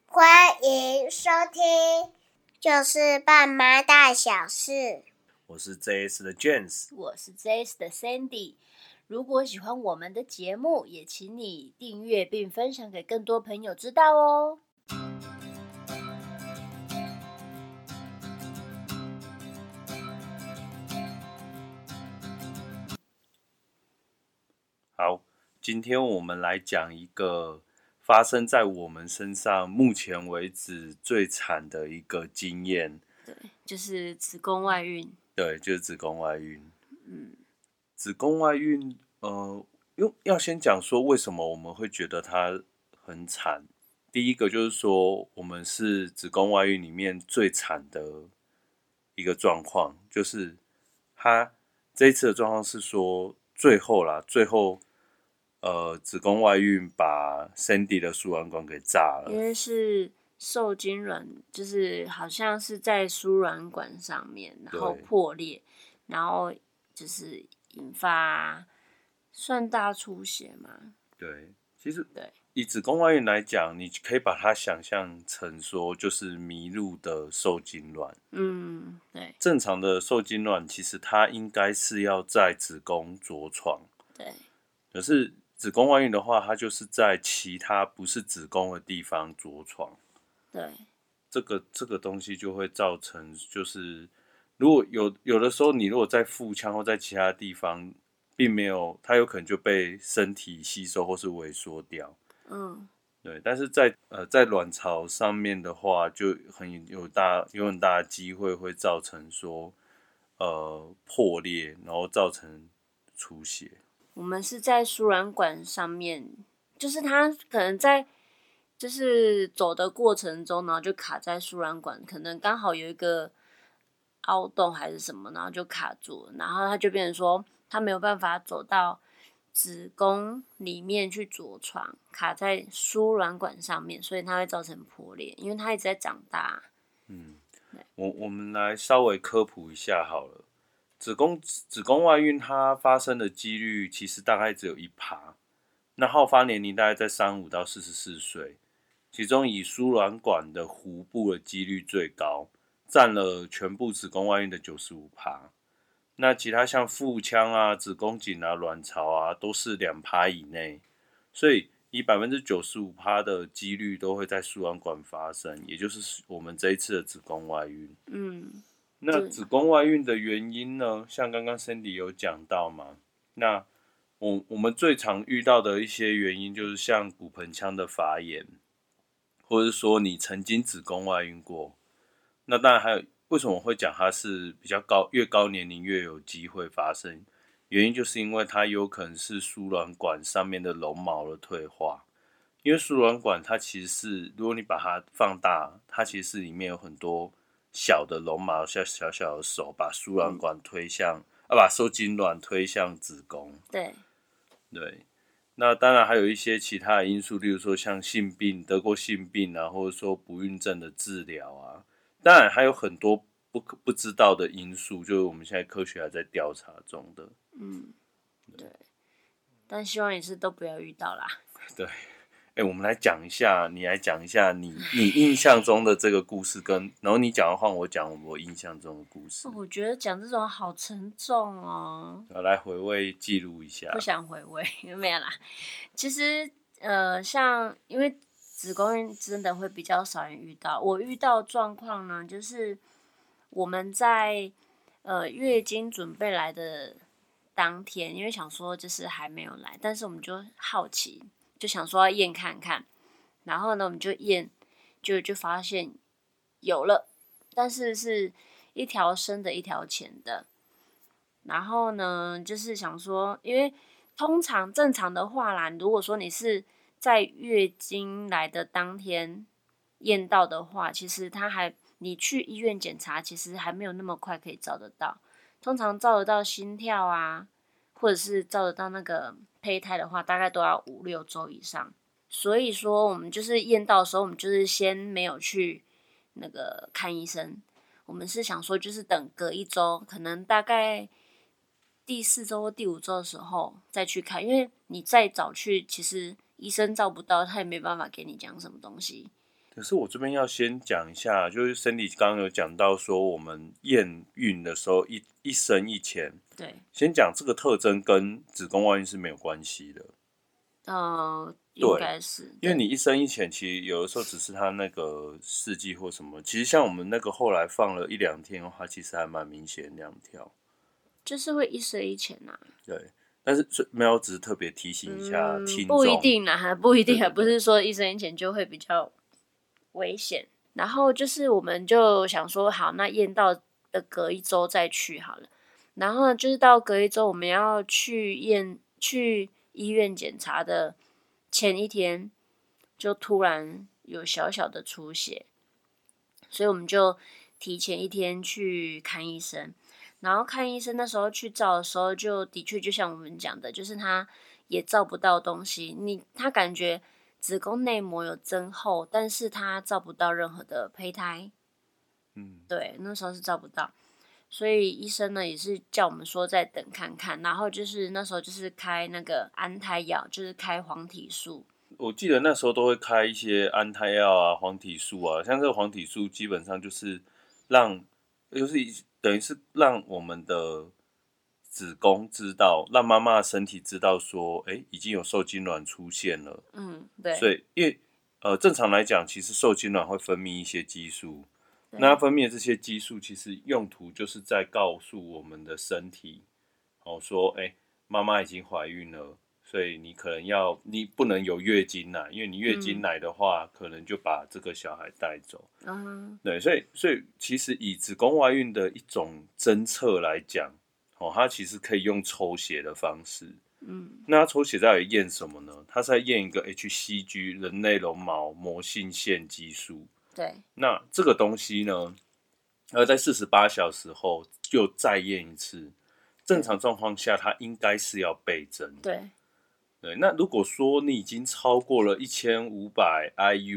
欢迎收听，就是爸妈大小事。 我是 JS 的 James， 我是 JS 的 Sandy。如果喜欢我们的节目，也请你订阅并分享给更多朋友知道哦。 好，今天我们来讲一个发生在我们身上目前为止最惨的一个经验。 对，就是子宫外孕。 对，就是子宫外孕。子宫外孕，要先讲说为什么我们会觉得它很惨。第一个就是说，我们是子宫外孕里面最惨的一个状况，就是它这一次的状况是说，最后子宫外孕把 Sandy 的输卵管给炸了， 因为是受精卵，就是好像是在输卵管上面，然后破裂，然后就是引发算大出血嘛。 对，其实对以子宫外孕来讲，你可以把它想象成说就是迷路的受精卵。 对。 正常的受精卵其实它应该是要在子宫着床， 对。 可是子宫外孕的话，它就是在其他不是子宫的地方着床。 对。 这个东西就会造成，就是如果有的时候，你如果在腹腔或在其他地方，并没有，它有可能就被身体吸收或是萎缩掉。对。但是在卵巢上面的话，就有很大的机会会造成说破裂，然后造成出血。 我们是在输卵管上面，就是它可能在就是走的过程中，然后就卡在输卵管，可能刚好有一个凹洞还是什么，然后就卡住了，然后它就变成说它没有办法走到子宫里面去着床，卡在输卵管上面，所以它会造成破裂，因为它一直在长大。 我们来稍微科普一下好了。子宫外孕它发生的几率其实大概只有1%，那好发年龄大概在35到44岁，其中以输卵管的弧部的几率最高，占了全部子宫外孕的95%。那其他像腹腔啊、子宫颈啊、卵巢啊，都是2%以内，所以以95%的几率都会在输卵管发生，也就是我们这一次的子宫外孕。那子宫外孕的原因呢？像刚刚 Sandy 有讲到嘛，那我们最常遇到的一些原因就是像骨盆腔的发炎，或者是说你曾经子宫外孕过。那当然还有为什么我会讲它是比较高，越高年龄越有机会发生？原因就是因为它有可能是输卵管上面的绒毛的退化。因为输卵管它其实是，如果你把它放大，它其实是里面有很多小的绒毛，小小的手把输卵管推向，把受精卵推向子宫。 对。 那当然还有一些其他的因素，例如说像性病，得过性病啊，或者说不孕症的治疗啊，当然还有很多不知道的因素，就是我们现在科学还在调查中的。 对。但希望也是都不要遇到啦。 对。我们来讲一下，你来讲一下你印象中的这个故事，然后你讲的话，我讲我印象中的故事。 我觉得讲这种好沉重哦。 来回味记录一下。 不想回味，没有啦。其实像因为子宫孕真的会比较少人遇到，我遇到状况呢，就是我们在月经准备来的当天，因为想说就是还没有来，但是我们就好奇。就想说要验看看，然后呢，我们就验，就发现有了，但是是一条深的，一条浅的。然后呢，就是想说，因为通常正常的话啦，如果说你是在月经来的当天验到的话，其实你去医院检查，其实还没有那么快可以照得到。通常照得到心跳啊，或者是照得到那个胚胎的话，大概都要5-6周以上。所以说我们就是验到的时候，我们就是先没有去那个看医生，我们是想说就是等隔1周，可能大概第4周或第5周的时候再去看，因为你再早去，其实医生照不到，他也没办法给你讲什么东西。 可是我这边要先讲一下，就是Sandy刚刚有讲到说，我们验孕的时候一生一钱， 对， 先讲这个特征跟子宫外孕是没有关系的。 应该是， 因为你一生一钱，其实有的时候只是它那个试剂或什么，其实像我们那个后来放了1-2天的话，其实还蛮明显2条， 就是会一生一钱啊。 对，但是没有，只是特别提醒一下听众， 不一定啦，还不一定， 对对对， 不是说一生一钱就会比较危险。然后就是我们就想说，好，那验到的隔1周再去好了。然后就是到隔1周我们要去医院检查的前一天，就突然有小小的出血，所以我们就提前1天去看医生。然后看医生那时候去照的时候，就的确就像我们讲的，就是他也照不到东西，他感觉子宫内膜有增厚，但是他照不到任何的胚胎。对，那时候是照不到，所以医生呢也是叫我们说再等看看，然后就是那时候就是开那个安胎药，就是开黄体素。 我记得那时候都会开一些安胎药啊、黄体素啊，像这个黄体素基本上就是等于是让我们的子宫知道，让妈妈的身体知道说，已经有受精卵出现了。 对。 所以因为正常来讲，其实受精卵会分泌一些激素，那它分泌的这些激素其实用途就是在告诉我们的身体，说，妈妈已经怀孕了。所以你不能有月经来，因为你月经来的话，可能就把这个小孩带走。对，所以其实以子宫外孕的一种侦测来讲，它其实可以用抽血的方式。那它抽血到底验什么呢？它是在验一个 HCG 人类绒毛膜性腺激素。 对。 那这个东西呢，在48小时后就再验一次。正常状况下，它应该是要倍增。对，那如果说你已经超过了1500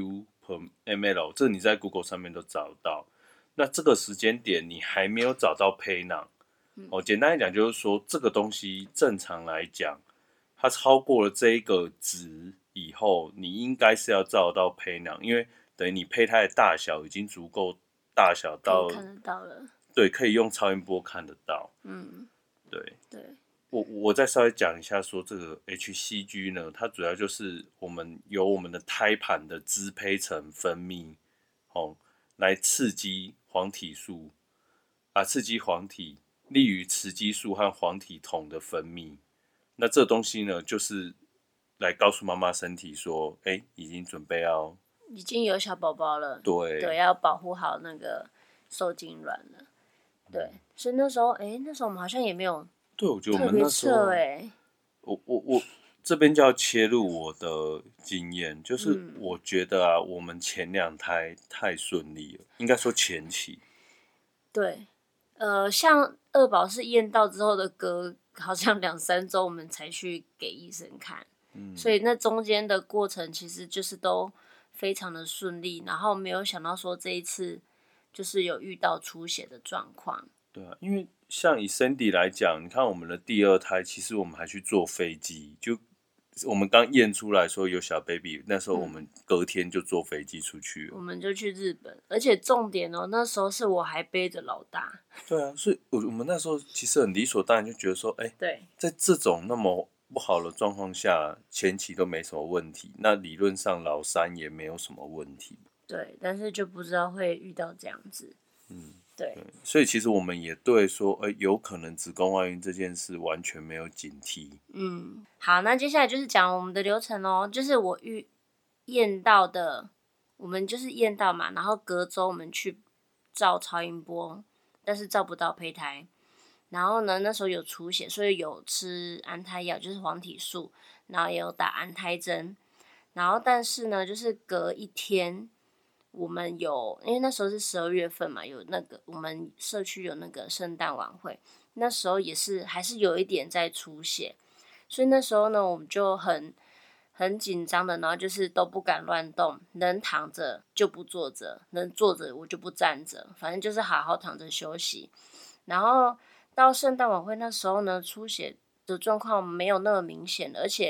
IU/ml， 这你在 Google 上面都找到。那这个时间点你还没有找到胚囊，简单来讲就是说，这个东西正常来讲，它超过了这一个值以后，你应该是要找到胚囊，因为等于你胚胎的大小已经足够大小到可以看得到了。 对，可以用超音波看得到。对。我再稍微讲一下，说这个 HCG 呢，它主要就是由我们的胎盘的支胚层分泌，来刺激黄体素刺激黄体，利于雌激素和黄体酮的分泌。那这东西呢，就是来告诉妈妈身体说，已经准备已经有小宝宝了， 对， 要保护好那个受精卵了。对，所以那时候我们好像也没有。 对，我觉得我们那时候，我这边就要切入我的经验，就是我觉得我们前2胎太顺利了，应该说前期。 对，像2宝是验到之后的好像2-3周我们才去给医生看，所以那中间的过程其实就是都非常的顺利，然后没有想到说这一次就是有遇到出血的状况。 对啊，因为像以 Sandy 来讲，你看我们的第2胎，其实我们还去坐飞机，就我们刚验出来说有小 baby， 那时候我们隔天就坐飞机出去了。 我们就去日本，而且重点那时候是我还背着老大。 对啊，所以我们那时候其实很理所当然就觉得说， 对， 在这种那么不好的状况下，前期都没什么问题，那理论上老3也没有什么问题。 对，但是就不知道会遇到这样子。对， 所以其实我们也对说，有可能子宫外孕这件事完全没有警惕。 好，那接下来就是讲我们的流程咯，就是我验到的，我们就是验到嘛，然后隔周我们去照超音波，但是照不到胚胎。然后呢，那时候有出血，所以有吃安胎药，就是黄体素，然后也有打安胎针。然后但是呢，就是隔1天。我们因为那时候是12月份嘛，有那个我们社区有那个圣诞晚会，那时候还是有一点在出血，所以那时候呢，我们就很紧张的，然后就是都不敢乱动，能躺着就不坐着，能坐着我就不站着，反正就是好好躺着休息。然后到圣诞晚会那时候呢，出血的状况没有那么明显，而且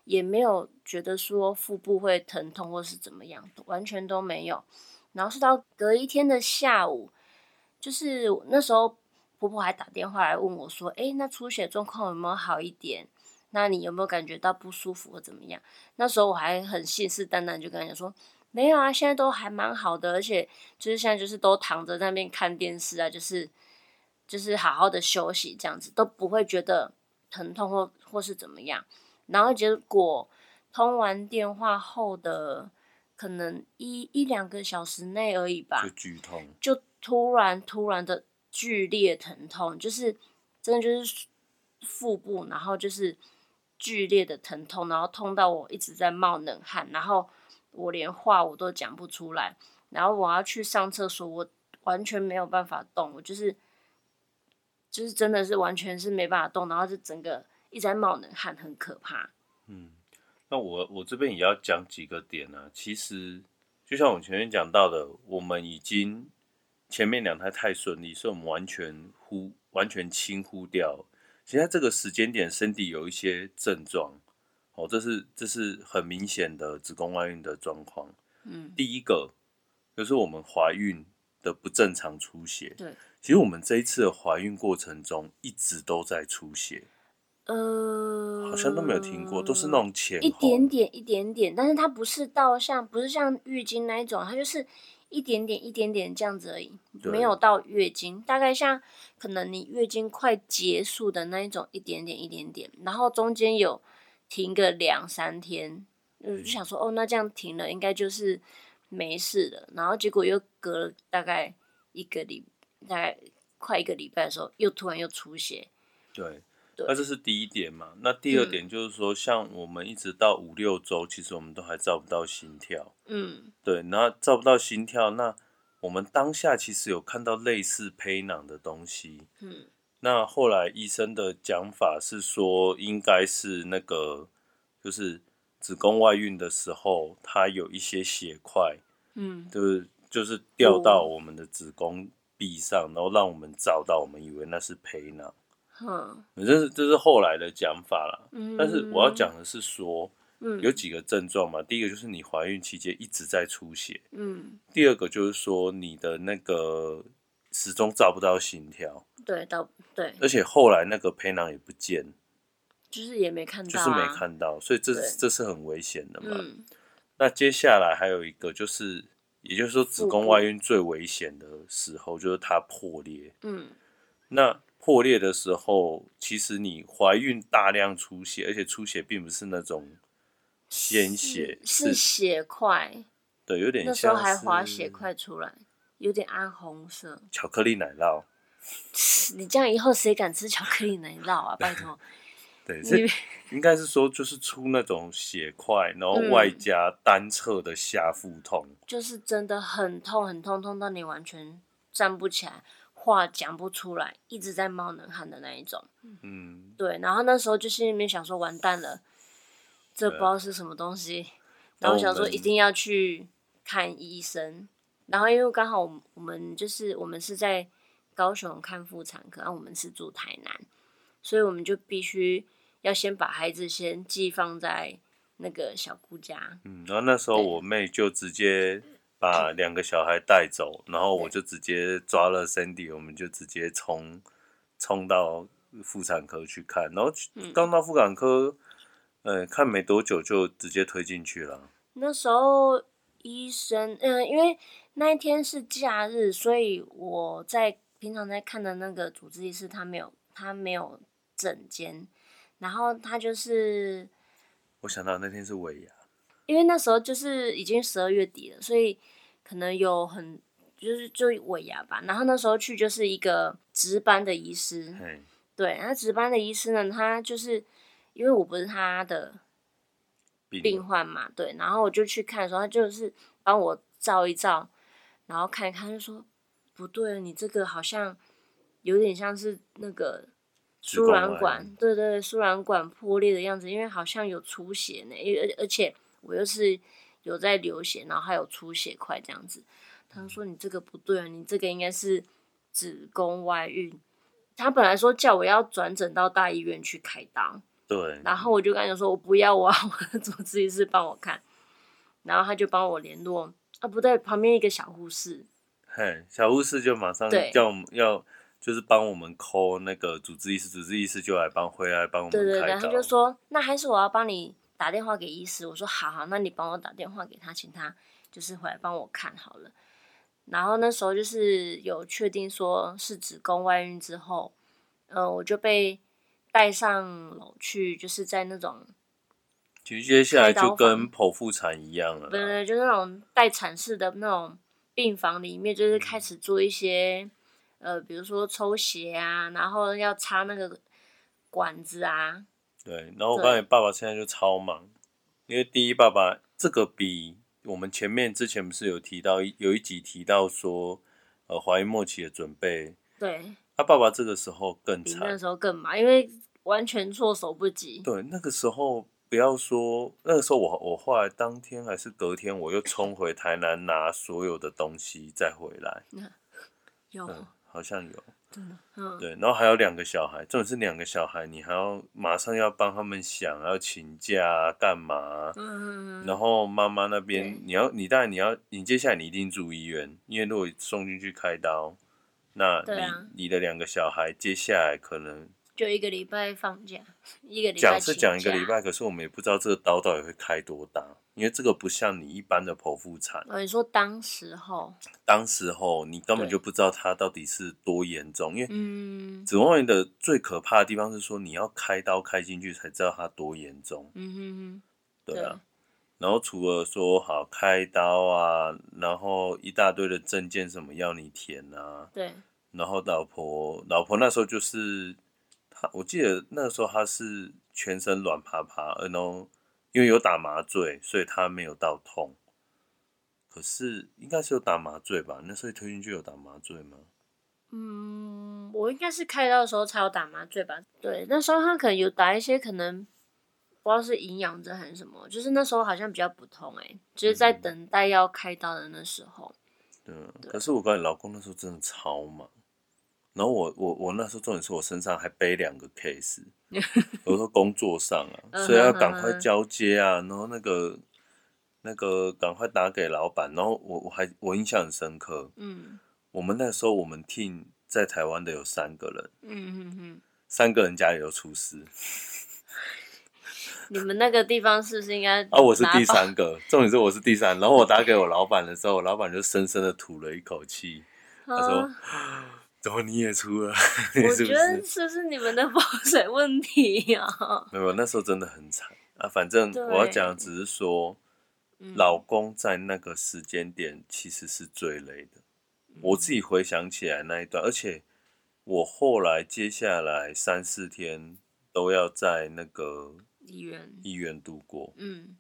也没有觉得说腹部会疼痛或是怎么样，完全都没有。然后是到隔一天的下午，就是那时候婆婆还打电话来问我说：“那出血状况有没有好一点？那你有没有感觉到不舒服或怎么样？”那时候我还很信誓旦旦就跟她讲说：“没有啊，现在都还蛮好的，而且就是现在就是都躺着在那边看电视啊，就是好好的休息这样子，都不会觉得疼痛或是怎么样。”然后结果通完电话后的可能一两个小时内而已吧， 就剧痛， 就突然的剧烈疼痛，就是真的就是腹部，然后就是剧烈的疼痛，然后痛到我一直在冒冷汗，然后我连话我都讲不出来，然后我要去上厕所，我完全没有办法动，我就是真的是完全是没办法动，然后就整个一直在冒冷汗，很可怕。 那我这边也要讲几个点啊。其实就像我前面讲到的，我们已经前面2胎太顺利，所以我们完全轻忽掉。现在这个时间点，身体有一些症状，这是很明显的子宫外孕的状况。第一个就是我们怀孕的不正常出血。 对， 其实我们这一次的怀孕过程中一直都在出血。好像都没有停过，都是那种前后一点点，但是它不是像月经那一种，它就是一点点这样子而已，没有到月经，大概像可能你月经快结束的那一种一点点，然后中间有停个2-3天，就想说那这样停了应该就是没事了，然后结果又隔了大概快一个礼拜的时候，突然又出血。 对。那这是第一点嘛？那第二点就是说，像我们一直到5-6周，其实我们都还照不到心跳。对，然后照不到心跳，那我们当下其实有看到类似胚囊的东西。那后来医生的讲法是说，应该是那个就是子宫外孕的时候，它有一些血块，就是掉到我们的子宫壁上，然后让我们照到，我们以为那是胚囊。这是后来的讲法啦。但是我要讲的是说，有几个症状嘛。第一个就是你怀孕期间一直在出血。第二个就是说你的那个始终照不到心跳。 对。 而且后来那个胚囊也不见， 就是也没看到， 就是没看到，所以这是很危险的嘛。那接下来还有一个就是，也就是说子宫外孕最危险的时候就是它破裂。那破裂的时候，其实你怀孕大量出血，而且出血并不是那种鲜血， 是血块。 对，有点像是那时候还滑血块出来，有点暗红色。 巧克力奶酪。 你这样以后谁敢吃巧克力奶酪啊？拜托。 对，应该是说就是出那种血块，然后外加单侧的下腹痛， 就是真的很痛，痛到你完全站不起来。话讲不出来，一直在冒冷汗的那一种。对，然后那时候就心里面想说，完蛋了，这不知道是什么东西。然后想说一定要去看医生。然后因为刚好我们是在高雄看妇产科，然后我们是住台南，所以我们就必须要先把孩子先寄放在那个小姑家。 然后那时候我妹就直接把2个小孩带走，然后我就直接抓了 Sandy， 我们就直接冲到妇产科去看，然后刚到妇产科，看没多久就直接推进去了。 那时候医生，因为那一天是假日，所以我平常在看的那个主治医师他没有诊间，然后他就是我想到那天是尾牙。 因为那时候就是已经12月底了，所以可能有就尾牙吧。然后那时候去就是一个值班的医师，对，他值班的医师呢，他就是因为我不是他的病患嘛，对，然后我就去看的时候，他就是帮我照一照，然后看一看，就说不对，你这个好像有点像是那个输卵管，对，输卵管破裂的样子，因为好像有出血呢，而且我又是有在流血，然后还有出血块这样子。他说你这个不对啊，你这个应该是子宫外孕。他本来说叫我要转诊到大医院去开刀， 对， 然后我就跟他讲说，我不要，我要我的主治医师帮我看。然后他就帮我联络啊，不对，旁边一个小护士， 嘿，小护士就马上对叫我们就是帮我们抠那个主治医师，主治医师就回来帮我们对对对， 开刀。 他就说那还是我要帮你打电话给医师。我说好好，那你帮我打电话给他，请他就是回来帮我看好了。然后那时候就是有确定说是子宫外孕之后，我就被带上楼去，就是在那种其实接下来就跟剖腹产一样了啦， 对，就是那种待产室的那种病房里面，就是开始做一些比如说抽血啊，然后要插那个管子啊。 对，然后我发现爸爸现在就超忙，因为第一爸爸这个比我们之前不是有提到有一集提到说怀孕末期的准备， 对， 他爸爸这个时候更比那惨， 时候更忙，因为完全措手不及。 对，那个时候不要说那个时候我后来当天还是隔天我又冲回台南拿所有的东西再回来， 有， 好像有。 真的， 对，然后还有2个小孩，重点是2个小孩，你还要马上要帮他们想，要请假啊，干嘛啊？然后妈妈那边，你接下来你一定住医院，因为如果送进去开刀，那你的2个小孩接下来可能就1个礼拜放假，1个礼拜讲是讲1个请假礼拜，可是我们也不知道这个刀到底会开多大，因为这个不像你一般的剖腹产。 你说当时候你根本就不知道它到底是多严重，因为子宫外孕的最可怕的地方是说你要开刀开进去才知道它多严重。对啊。然后除了说好开刀啊，然后一大堆的证件什么要你填啊， 对， 然后老婆那时候就是我记得那个时候她是全身软趴趴，然后因为有打麻醉，所以她没有到痛。可是应该是有打麻醉吧？那时候推进去有打麻醉吗？ 我应该是开刀的时候才有打麻醉吧？对，那时候他可能有打一些，可能不知道是营养针还是什么，就是那时候好像比较不痛就是在等待要开刀的那时候。 对，可是我跟你老公那时候真的超忙，然后我那时候重点是我身上还背2个 case， 我说工作上啊，所以要赶快交接啊，然后那个赶快打给老板，然后我印象很深刻，我们那时候我们 team 在台湾的有3个人，3个人家里都出事。 你们那个地方是不是应该我是第3个，重点是我是第3，然后我打给我老板的时候，我老板就深深的吐了一口气，他说：“怎么你也出了？” 我觉得是不是你们的风水问题啊？ 没有，那时候真的很惨啊。反正我要讲的只是说，老公在那个时间点其实是最累的。我自己回想起来那一段，而且我后来接下来3、4天都要在那个医院度过。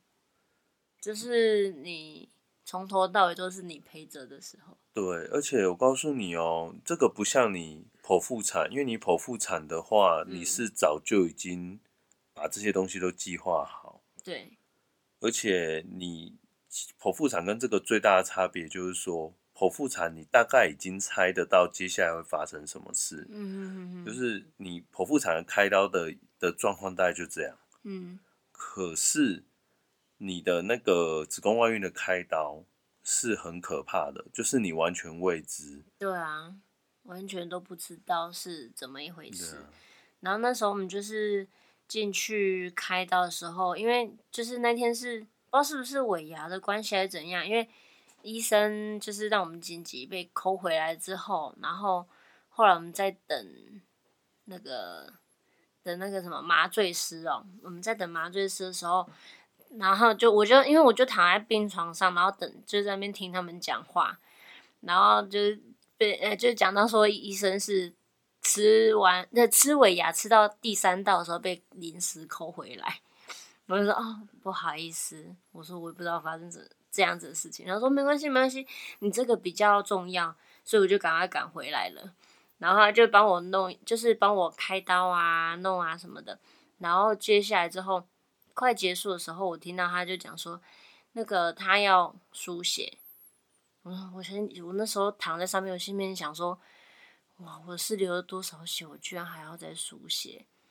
就是你从头到尾都是你陪着的时候。 对，而且我告诉你哦，这个不像你剖腹产，因为你剖腹产的话，你是早就已经把这些东西都计划好。 对。 而且你剖腹产跟这个最大的差别就是说，剖腹产你大概已经猜得到接下来会发生什么事。就是你剖腹产开刀的状况大概就这样。可是你的那个子宫外孕的开刀是很可怕的，就是你完全未知。 对啊，完全都不知道是怎么一回事。然后那时候我们就是进去开刀的时候，因为就是那天是不知道是不是尾牙的关系还是怎样，因为医生就是让我们紧急被抠回来之后，然后后来我们在等那个什么麻醉师我们在等麻醉师的时候，然后因为我就躺在病床上，然后就在那边听他们讲话，然后就讲到说医生是吃尾牙吃到第3道的时候被临时抠回来，我就说不好意思，我说我也不知道发生这样子的事情，然后说没关系，你这个比较重要，所以我就赶快赶回来了。然后他就帮我弄，就是帮我开刀啊、弄啊什么的。然后接下来之后，快结束的时候，我听到他就讲说，那个他要输血。我那时候躺在上面，我心里面想说，哇，我是流了多少血，我居然还要再输血。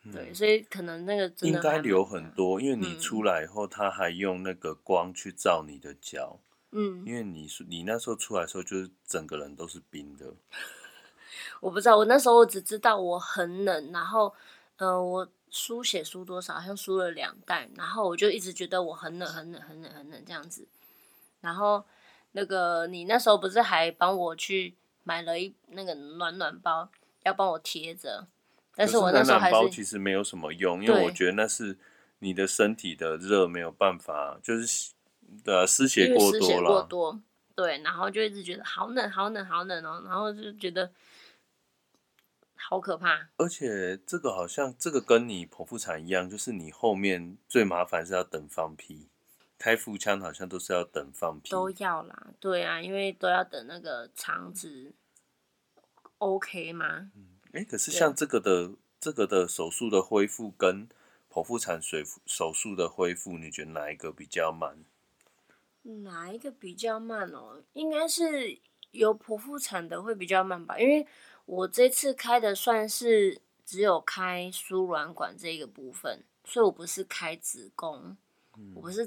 对，所以可能那个真的应该流很蛮多，因为你出来以后，他还用那个光去照你的脚， 嗯， 因为你那时候出来的时候，就是整个人都是冰的。 我不知道，我那时候我只知道我很冷，然后我输血输多少，好像输了2袋，然后我就一直觉得我很冷很冷很冷很冷这样子，然后那个你那时候不是还帮我去买了那个暖暖包，要帮我贴着，但是我那暖暖包时候还是其实没有什么用，因为我对， 觉得那是你的身体的热没有办法，就是失血因为过失血过多了。 多，对，然后就一直觉得好冷好冷好冷哦，然后就觉得好可怕。 而且这个好像这个跟你剖腹产一样，就是你后面最麻烦是要等放屁，开腹腔好像都是要等放屁。 都要啦，对啊，因为都要等那个肠子 OK 吗？ 可是像这个的手术的恢复跟剖腹产手术的恢复，你觉得哪一个比较慢？ 哪一个比较慢哦？应该是有剖腹产的会比较慢吧，因为我这次开的算是只有开输卵管这个部分，所以我不是开子宫，我不是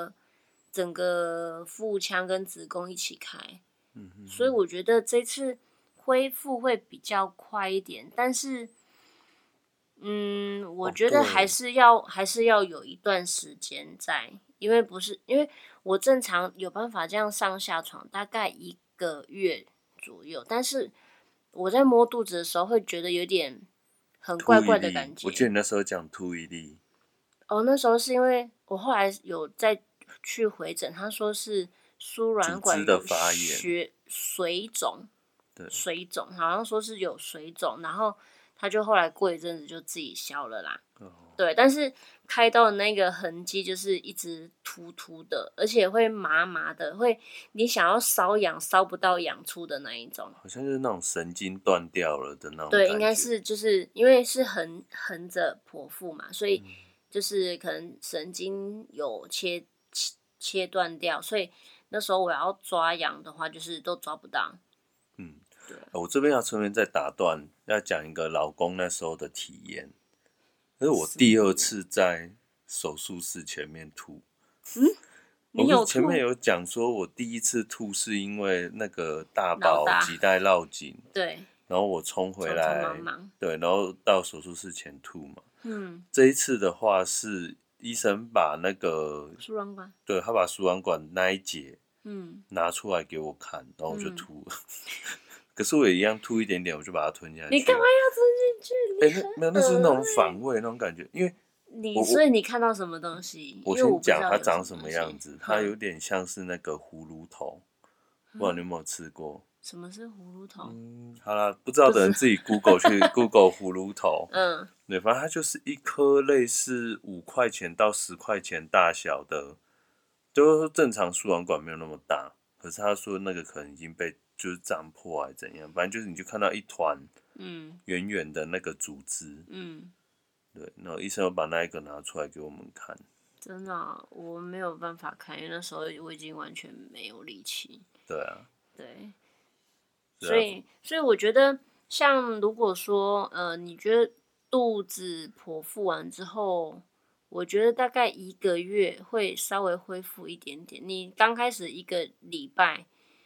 整个腹腔跟子宫一起开，所以我觉得这次恢复会比较快一点，但是。我觉得还是要有一段时间在，因为我正常有办法这样上下床大概1个月左右，但是我在摸肚子的时候会觉得有点很怪怪的感觉。 我记得你那时候讲吐一粒， 哦，那时候是因为我后来有再去回诊，他说是输卵组织的管有发炎， 水肿， 对， 好像说是有水肿，然后他就后来过一阵子就自己消了啦。对，但是开刀的那个痕迹就是一直突突的，而且会麻麻的，你想要瘙痒瘙不到痒处的那一种。 好像就是那种神经断掉了的那种对， 感觉。 应该是就是因为是横着剖腹嘛，所以就是可能神经有切断掉，所以那时候我要抓痒的话，就是都抓不到。 我这边要顺便再打断，要讲一个老公那时候的体验。可是我第2次在手术室前面吐。 你有我前面吐？ 有讲说，我第1次吐是因为那个大老大宝脐带绕颈， 对， 然后我冲回来， 匆匆忙忙对，然后到手术室前吐嘛。 嗯， 这一次的话是医生把那个， 输卵管， 对，他把输卵管那一节嗯， 拿出来给我看，然后我就吐了。可是我也一样吐一点点，我就把它吞下去。 你干嘛要吞进去？ 没有，那是那种反胃那种感觉，因为所以你看到什么东西？ 我因为先讲它不知道有长什么什么东西样子，它有点像是那个葫芦头，不知道你有没有吃过？ 什么是葫芦头？ 好啦，不知道的人自己 Google 去 Google 葫芦头， 嗯， 对，反正它就是一颗类似5块钱到10块钱大小的，就是正常输卵管没有那么大，可是他说那个可能已经被就是胀破还是怎样，反正就是你就看到一团圆圆的那个组织，对，然后医生又把那一个拿出来给我们看。 真的啊、我没有办法看，因为那时候我已经完全没有力气。 对啊， 对， 是啊所以我觉得，像如果说你觉得肚子剖腹完之后，我觉得大概1个月会稍微恢复一点点。你刚开始1个礼拜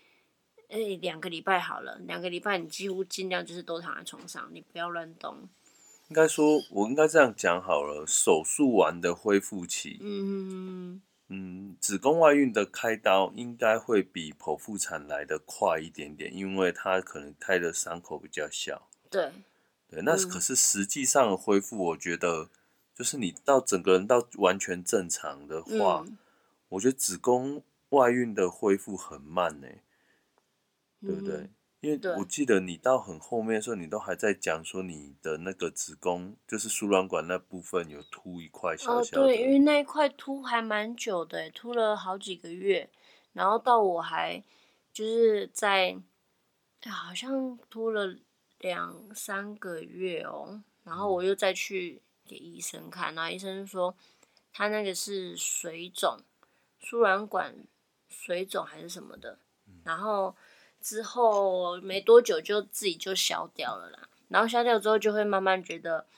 ，2个礼拜好了，2个礼拜你几乎尽量就是都躺在床上，你不要乱动。 应该说，我应该这样讲好了，手术完的恢复期，子宫外孕的开刀应该会比剖腹产来的快一点点，因为它可能开的伤口比较小。 对， 对，那可是实际上的恢复，我觉得就是你到整个人到完全正常的话，我觉得子宫外孕的恢复很慢呢、对不对？因为我记得你到很后面的时候，你都还在讲说你的那个子宫，就是输卵管那部分有凸一块小小的。 对，因为那一块凸还蛮久的，凸了好几个月，然后到我还就是好像凸了2-3个月哦，然后我又再去给医生看，然后医生说他那个是水肿，输卵管水肿还是什么的，然后之后没多久就自己就消掉了啦，然后消掉之后就会慢慢觉得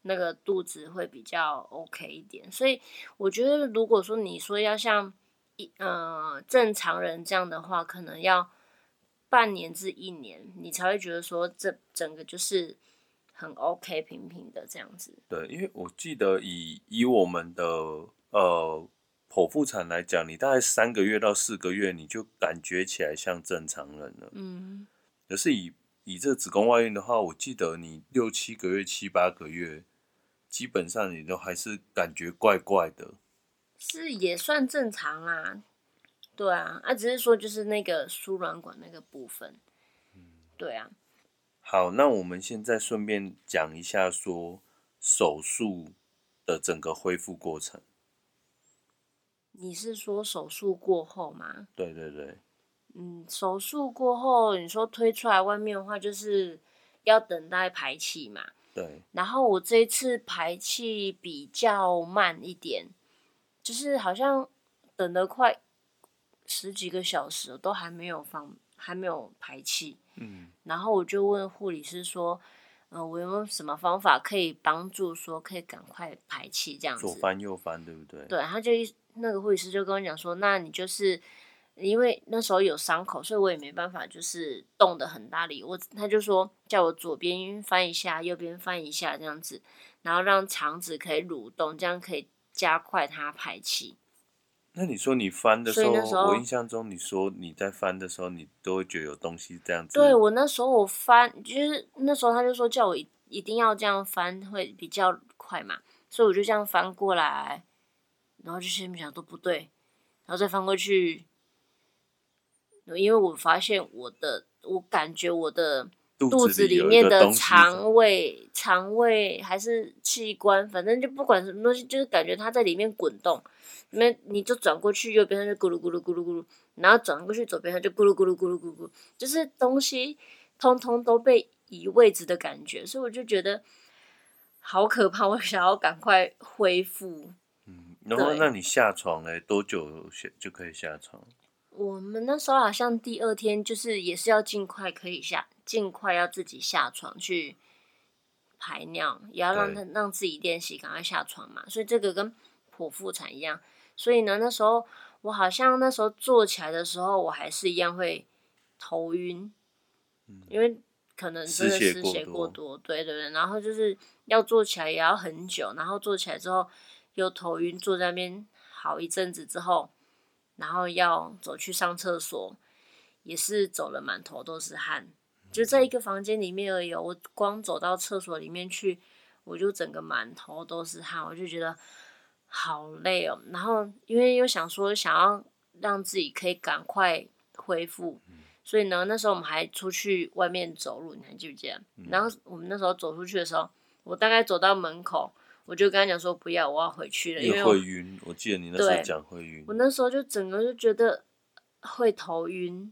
那个肚子会比较 OK 一点。所以我觉得，如果说你说要像正常人这样的话，可能要半年至1年，你才会觉得说这整个就是很 OK 平平的这样子。 对，因为我记得以我们的剖腹产来讲，你大概3个月到4个月，你就感觉起来像正常人了。可是以这个子宫外孕的话，我记得你6、7个月、7、8个月，基本上你都还是感觉怪怪的。 是也算正常啦，对啊，只是说就是那个输卵管那个部分，对啊。 好，那我们现在顺便讲一下说手术的整个恢复过程。 你是说手术过后吗？ 对对对。 手术过后，你说推出来外面的话，就是要等待排气嘛。 对。 然后我这一次排气比较慢一点，就是好像等了快10几个小时都还没有排气。然后我就问护理师说，我有没有什么方法可以帮助说可以赶快排气这样子？ 左翻右翻，对不对？ 对，那个护理师就跟我讲说，那你就是因为那时候有伤口，所以我也没办法就是动得很大力。他就说叫我左边翻一下，右边翻一下这样子，然后让肠子可以蠕动，这样可以加快它排气。 那你说你翻的时候， 所以那时候我印象中你说你在翻的时候，你都会觉得有东西这样子。 对，我那时候我翻，就是那时候他就说叫我一定要这样翻会比较快嘛，所以我就这样翻过来，然后就心里想说不对，然后再翻过去，因为我发现我感觉我的肚子里面的肠胃还是器官，反正就不管什么东西，就是感觉它在里面滚动。你就转过去右边，它就咕噜咕噜咕噜咕噜，然后转过去左边，它就咕噜咕噜咕噜咕噜，就是东西通通都被移位置的感觉，所以我就觉得好可怕，我想要赶快恢复。 然后那你下床呢？多久就可以下床？ 我们那时候好像第2天就是也是要尽快要自己下床去排尿，也要让自己练习赶快下床嘛。所以这个跟剖腹产一样。所以呢，那时候我好像那时候坐起来的时候，我还是一样会头晕，因为可能真的失血过多，对对对。然后就是要坐起来也要很久，然后坐起来之后又头晕，坐在那边好一阵子之后。然后要走去上厕所，也是走了满头都是汗，就在一个房间里面而已。我光走到厕所里面去，我就整个满头都是汗，我就觉得好累哦。然后因为又想说想要让自己可以赶快恢复，所以呢，那时候我们还出去外面走路，你还记不记得？然后我们那时候走出去的时候，我大概走到门口。我就跟他讲说不要，我要回去了，因为会晕。我记得你那时候讲会晕。 我那时候就整个就觉得会头晕。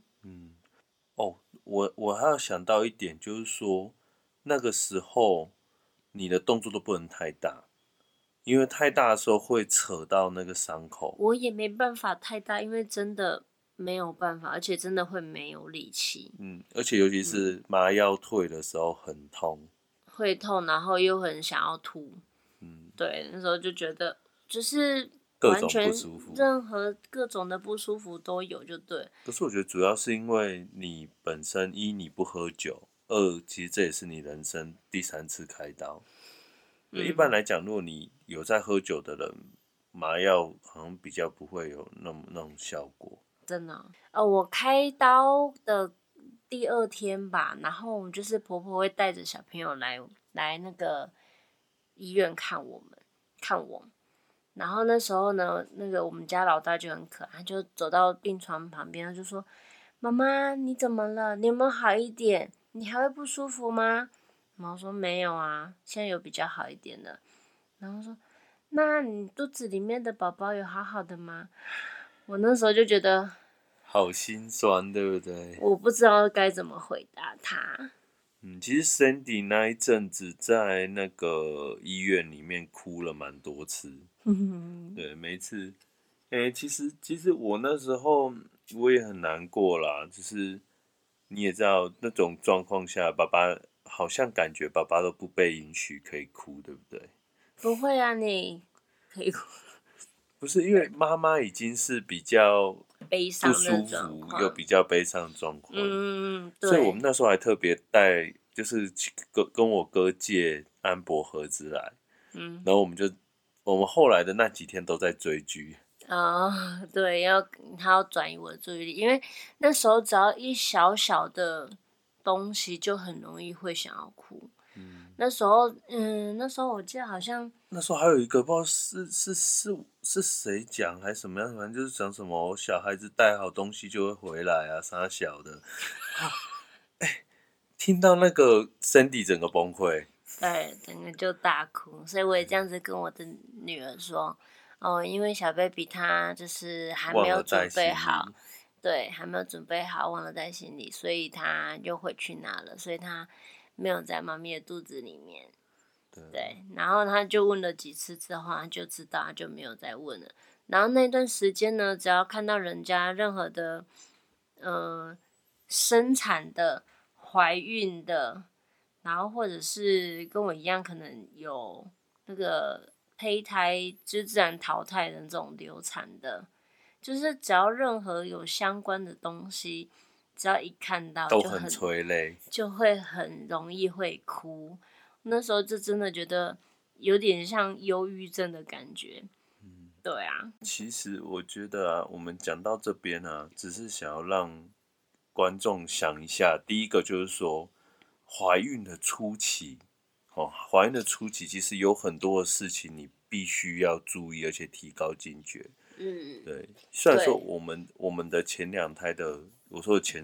我还要想到一点，就是说那个时候你的动作都不能太大，因为太大的时候会扯到那个伤口。 我也没办法太大，因为真的没有办法，而且真的会没有力气。 而且尤其是麻药退的时候很痛， 会痛，然后又很想要吐。对，那时候就觉得就是完全任何各种的不舒服都有，就对。 可是我觉得主要是因为你本身你不喝酒，2其实这也是你人生第3次开刀。一般来讲，如果你有在喝酒的人，麻药好像比较不会有那种效果。 真的我开刀的第2天吧，然后就是婆婆会带着小朋友来那个医院看我。然后那时候呢，那个我们家老大就很可爱，就走到病床旁边，就说：“妈妈，你怎么了？你有没有好一点？你还会不舒服吗？”然后说：“没有啊，现在有比较好一点了。”然后说：“那你肚子里面的宝宝有好好的吗？”我那时候就觉得好心酸，对不对？ 我不知道该怎么回答他。 其实 Sandy 那一阵子在那个医院里面哭了蛮多次。对，每一次，其实我那时候我也很难过啦，就是你也知道那种状况下，爸爸好像感觉爸爸都不被允许可以哭，对不对？ 不会啊，你可以哭。 不是，因为妈妈已经是比较悲伤的不舒状况， 服又比较悲伤的状况， 对， 所以我们那时候还特别带，就是跟我哥借安博盒子来，然后我们后来的那几天都在追剧。 对，他要转移我的注意力，因为那时候只要一小小的东西就很容易会想要哭。那时候我记得好像那时候还有一个不知道是谁讲还是什么样，反正就是讲什么小孩子带好东西就会回来啊，啥小的。听到那个 Cindy 整个崩溃。 对，整个就大哭，所以我也这样子跟我的女儿说，因为小 baby 他就是还没有准备好，对，还没有准备好，忘了带行李，所以他又回去拿了，所以他没有在妈咪的肚子里面。对，然后他就问了几次之后，他就知道，他就没有再问了。然后那段时间呢，只要看到人家任何的，生产的、怀孕的，然后或者是跟我一样，可能有那个胚胎就自然淘汰的那种流产的，就是只要任何有相关的东西，只要一看到都很催泪， 就会很容易会哭。那时候就真的觉得有点像忧郁症的感觉。对啊。 其实我觉得啊，我们讲到这边啊，只是想要让观众想一下，第一个就是说，怀孕的初期，怀孕的初期其实有很多的事情你必须要注意，而且提高警觉。对。虽然说我们的前2胎的，我说的前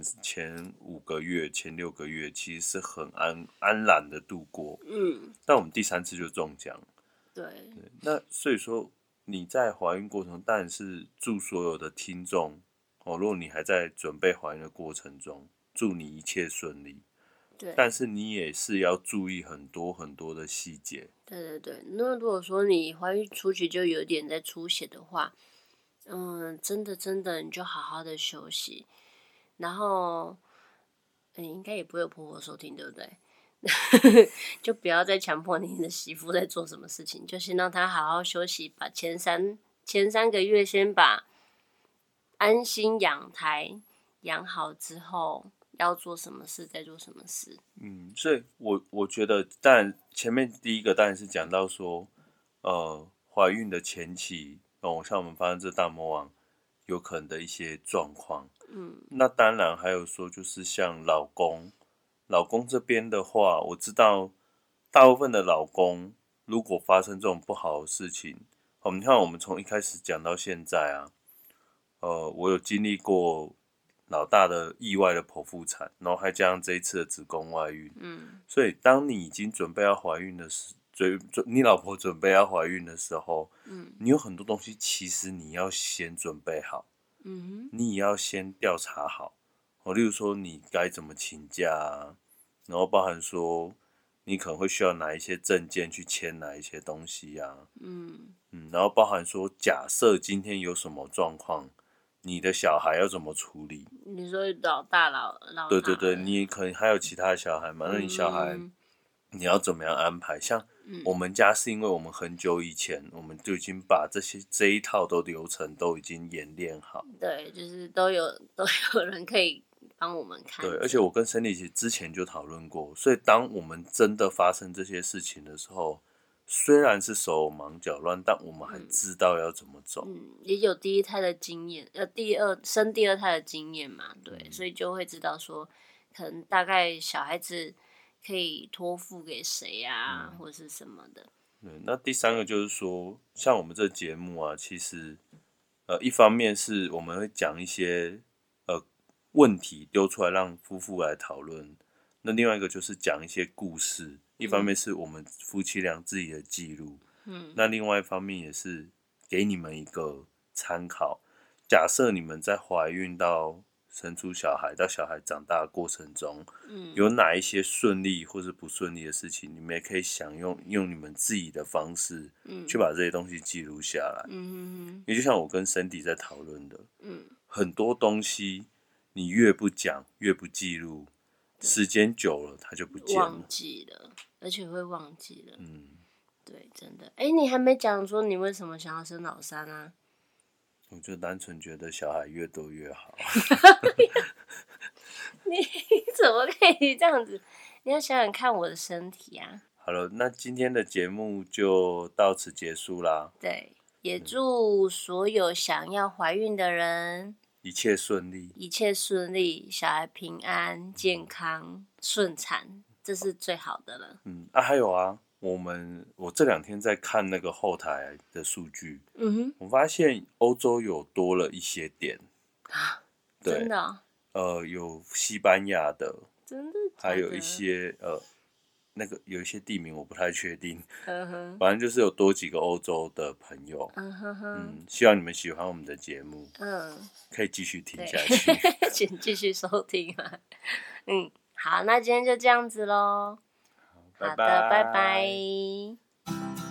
5个月、前6个月，其实是很安然的度过。但我们第3次就中奖。 对。 那所以说你在怀孕过程中，当然是祝所有的听众如果你还在准备怀孕的过程中，祝你一切顺利。 对。 但是你也是要注意很多很多的细节。 对。那如果说你怀孕初期就有点在出血的话，真的你就好好的休息，然后，应该也不会有婆婆收听，对不对？就不要再强迫你的媳妇在做什么事情，就先让她好好休息，把前三个月先把安心养胎养好之后，要做什么事再做什么事。 所以我觉得，当然前面第一个当然是讲到说，怀孕的前期，像我们发生这大魔王有可能的一些状况。那当然还有说，就是像老公这边的话，我知道大部分的老公如果发生这种不好的事情，你看我们从一开始讲到现在啊，我有经历过老大的意外的剖腹产，然后还加上这一次的子宫外孕。所以当你已经准备要怀孕的时，你老婆准备要怀孕的时候，你有很多东西其实你要先准备好，你也要先调查好。例如说你该怎么请假啊，然后包含说你可能会需要哪一些证件去签哪一些东西啊，然后包含说假设今天有什么状况，你的小孩要怎么处理？ 你说老大老对，你可能还有其他的小孩嘛？那你小孩你要怎么样安排？像我们家是因为我们很久以前我们就已经把这一套的流程都已经演练好。 对，就是都有人可以帮我们看。 对，而且我跟森丽其实之前就讨论过，所以当我们真的发生这些事情的时候，虽然是手忙脚乱，但我们还知道要怎么走。 也有第一胎的经验，生第二胎的经验嘛，对，所以就会知道说，可能大概小孩子可以托付给谁啊，或者是什么的。 对，那第3个就是说，像我们这节目啊，其实一方面是我们会讲一些问题丢出来让夫妇来讨论，那另外一个就是讲一些故事，一方面是我们夫妻俩自己的记录，那另外一方面也是给你们一个参考。假设你们在怀孕到生出小孩到小孩长大的过程中，有哪一些顺利或是不顺利的事情，你们也可以用你们自己的方式，去把这些东西记录下来。也就像我跟Cindy在讨论的，很多东西你越不讲越不记录， 时间久了它就不见了， 忘记了，而且会忘记了。对，真的。你还没讲说你为什么想要生老三啊？ 我就单纯觉得小孩越多越好。 你怎么可以这样子？你要想想看我的身体啊。 好了，那今天的节目就到此结束啦。 对，也祝所有想要怀孕的人一切顺利， 一切顺利，小孩平安、健康、顺产，这是最好的了。 还有啊，我这2天在看那个后台的数据，我发现欧洲有多了一些点对， 真的有西班牙的， 真的假的， 还有一些有一些地名我不太确定， 嗯反正就是有多几个欧洲的朋友，希望你们喜欢我们的节目，可以继续听下去， 请继续收听啊。好，那今天就这样子咯。好的，拜拜。